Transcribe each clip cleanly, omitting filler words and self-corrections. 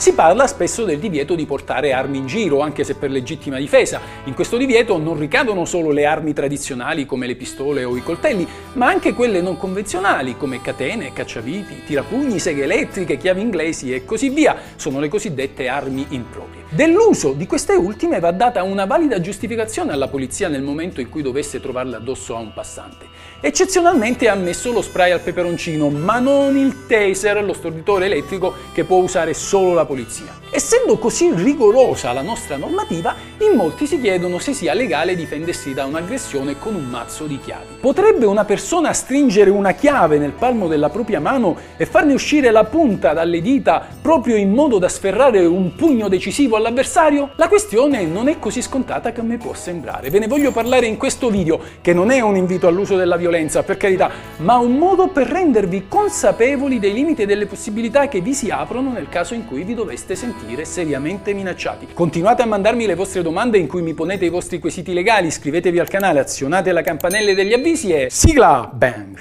Si parla spesso del divieto di portare armi in giro, anche se per legittima difesa. In questo divieto non ricadono solo le armi tradizionali come le pistole o i coltelli, ma anche quelle non convenzionali come catene, cacciaviti, tirapugni, seghe elettriche, chiavi inglesi e così via. Sono le cosiddette armi improprie. Dell'uso di queste ultime va data una valida giustificazione alla polizia nel momento in cui dovesse trovarle addosso a un passante. Eccezionalmente è ammesso lo spray al peperoncino, ma non il taser, lo storditore elettrico che può usare solo la polizia. Essendo così rigorosa la nostra normativa, in molti si chiedono se sia legale difendersi da un'aggressione con un mazzo di chiavi. Potrebbe una persona stringere una chiave nel palmo della propria mano e farne uscire la punta dalle dita proprio in modo da sferrare un pugno decisivo all'avversario? La questione non è così scontata come può sembrare. Ve ne voglio parlare in questo video, che non è un invito all'uso della violenza, per carità, ma un modo per rendervi consapevoli dei limiti e delle possibilità che vi si aprono nel caso in cui vi doveste sentire seriamente minacciati. Continuate a mandarmi le vostre domande in cui mi ponete i vostri quesiti legali, iscrivetevi al canale, azionate la campanella degli avvisi e sigla! Bang!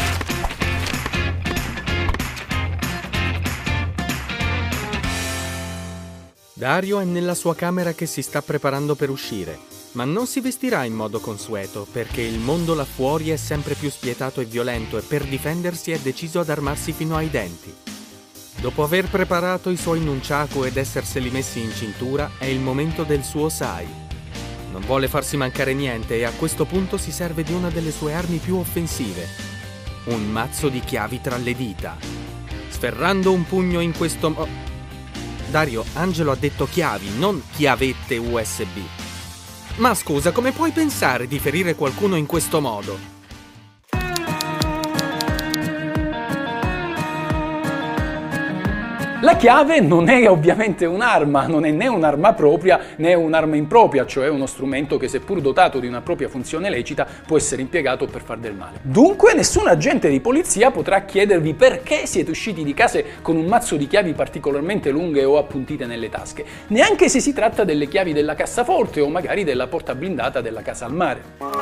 Dario è nella sua camera che si sta preparando per uscire, ma non si vestirà in modo consueto perché il mondo là fuori è sempre più spietato e violento e per difendersi è deciso ad armarsi fino ai denti. Dopo aver preparato i suoi nunchaku ed esserseli messi in cintura, è il momento del suo sai. Non vuole farsi mancare niente e a questo punto si serve di una delle sue armi più offensive, un mazzo di chiavi tra le dita. Sferrando un pugno in questo Dario, Angelo ha detto chiavi, non chiavette USB. Ma scusa, come puoi pensare di ferire qualcuno in questo modo? La chiave non è ovviamente un'arma, non è né un'arma propria né un'arma impropria, cioè uno strumento che seppur dotato di una propria funzione lecita può essere impiegato per far del male. Dunque nessun agente di polizia potrà chiedervi perché siete usciti di casa con un mazzo di chiavi particolarmente lunghe o appuntite nelle tasche, neanche se si tratta delle chiavi della cassaforte o magari della porta blindata della casa al mare.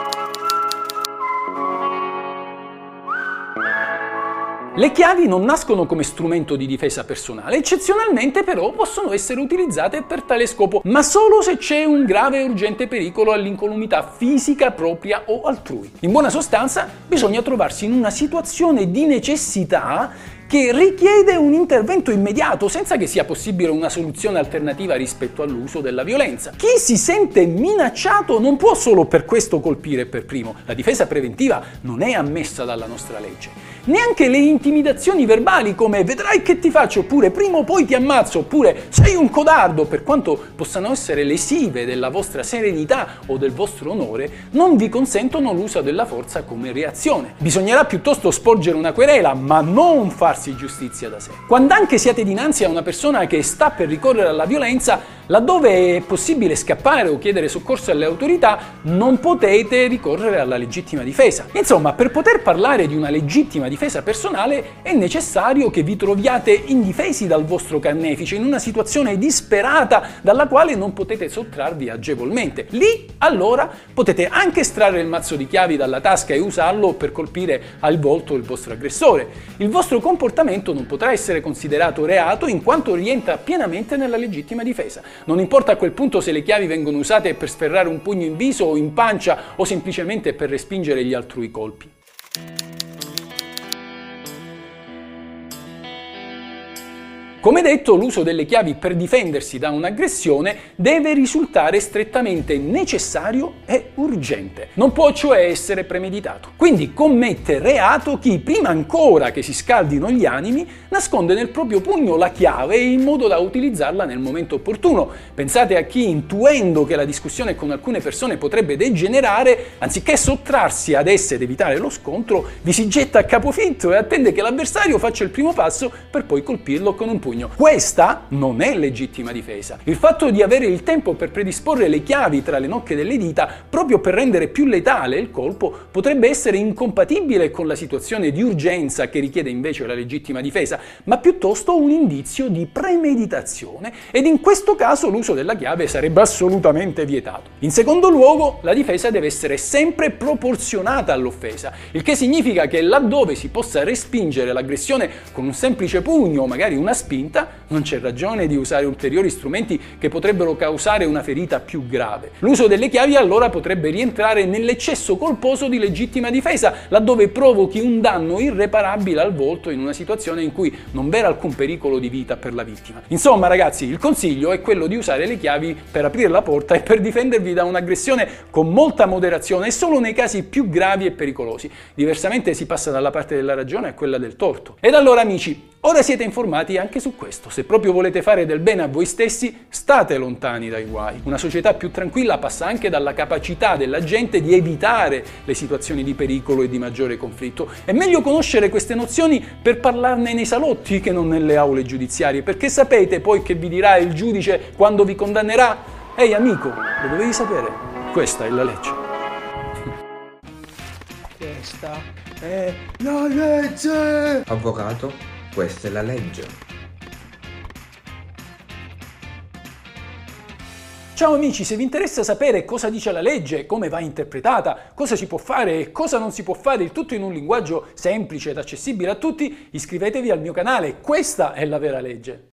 Le chiavi non nascono come strumento di difesa personale, eccezionalmente però possono essere utilizzate per tale scopo, ma solo se c'è un grave e urgente pericolo all'incolumità fisica propria o altrui. In buona sostanza, bisogna trovarsi in una situazione di necessità che richiede un intervento immediato senza che sia possibile una soluzione alternativa rispetto all'uso della violenza. Chi si sente minacciato non può solo per questo colpire per primo. La difesa preventiva non è ammessa dalla nostra legge. Neanche le intimidazioni verbali come vedrai che ti faccio, oppure prima o poi ti ammazzo, oppure sei un codardo, per quanto possano essere lesive della vostra serenità o del vostro onore, non vi consentono l'uso della forza come reazione. Bisognerà piuttosto sporgere una querela, ma non farsi giustizia da sé. Quando anche siete dinanzi a una persona che sta per ricorrere alla violenza, laddove è possibile scappare o chiedere soccorso alle autorità, non potete ricorrere alla legittima difesa. Insomma, per poter parlare di una legittima difesa personale è necessario che vi troviate indifesi dal vostro carnefice, in una situazione disperata dalla quale non potete sottrarvi agevolmente. Lì, allora, potete anche estrarre il mazzo di chiavi dalla tasca e usarlo per colpire al volto il vostro aggressore. Il vostro comportamento non potrà essere considerato reato in quanto rientra pienamente nella legittima difesa. Non importa a quel punto se le chiavi vengono usate per sferrare un pugno in viso o in pancia o semplicemente per respingere gli altrui colpi. Come detto, l'uso delle chiavi per difendersi da un'aggressione deve risultare strettamente necessario e urgente. Non può cioè essere premeditato. Quindi commette reato chi, prima ancora che si scaldino gli animi, nasconde nel proprio pugno la chiave in modo da utilizzarla nel momento opportuno. Pensate a chi, intuendo che la discussione con alcune persone potrebbe degenerare, anziché sottrarsi ad esse ed evitare lo scontro, vi si getta a capofitto e attende che l'avversario faccia il primo passo per poi colpirlo con un pugno. Questa non è legittima difesa. Il fatto di avere il tempo per predisporre le chiavi tra le nocche delle dita, proprio per rendere più letale il colpo, potrebbe essere incompatibile con la situazione di urgenza che richiede invece la legittima difesa, ma piuttosto un indizio di premeditazione, ed in questo caso l'uso della chiave sarebbe assolutamente vietato. In secondo luogo, la difesa deve essere sempre proporzionata all'offesa, il che significa che laddove si possa respingere l'aggressione con un semplice pugno o magari una spinta, finta, non c'è ragione di usare ulteriori strumenti che potrebbero causare una ferita più grave. L'uso delle chiavi allora potrebbe rientrare nell'eccesso colposo di legittima difesa, laddove provochi un danno irreparabile al volto in una situazione in cui non v'era alcun pericolo di vita per la vittima. Insomma, ragazzi, il consiglio è quello di usare le chiavi per aprire la porta e per difendervi da un'aggressione con molta moderazione e solo nei casi più gravi e pericolosi. Diversamente si passa dalla parte della ragione a quella del torto. Ed allora, amici, ora siete informati anche su questo. Se proprio volete fare del bene a voi stessi, state lontani dai guai. Una società più tranquilla passa anche dalla capacità della gente di evitare le situazioni di pericolo e di maggiore conflitto. È meglio conoscere queste nozioni per parlarne nei salotti che non nelle aule giudiziarie, perché sapete poi che vi dirà il giudice quando vi condannerà? Ehi amico, lo dovevi sapere? Questa è la legge. Questa è la legge! Avvocato, questa è la legge. Ciao amici, se vi interessa sapere cosa dice la legge, come va interpretata, cosa si può fare e cosa non si può fare, il tutto in un linguaggio semplice ed accessibile a tutti, iscrivetevi al mio canale. Questa è la vera legge.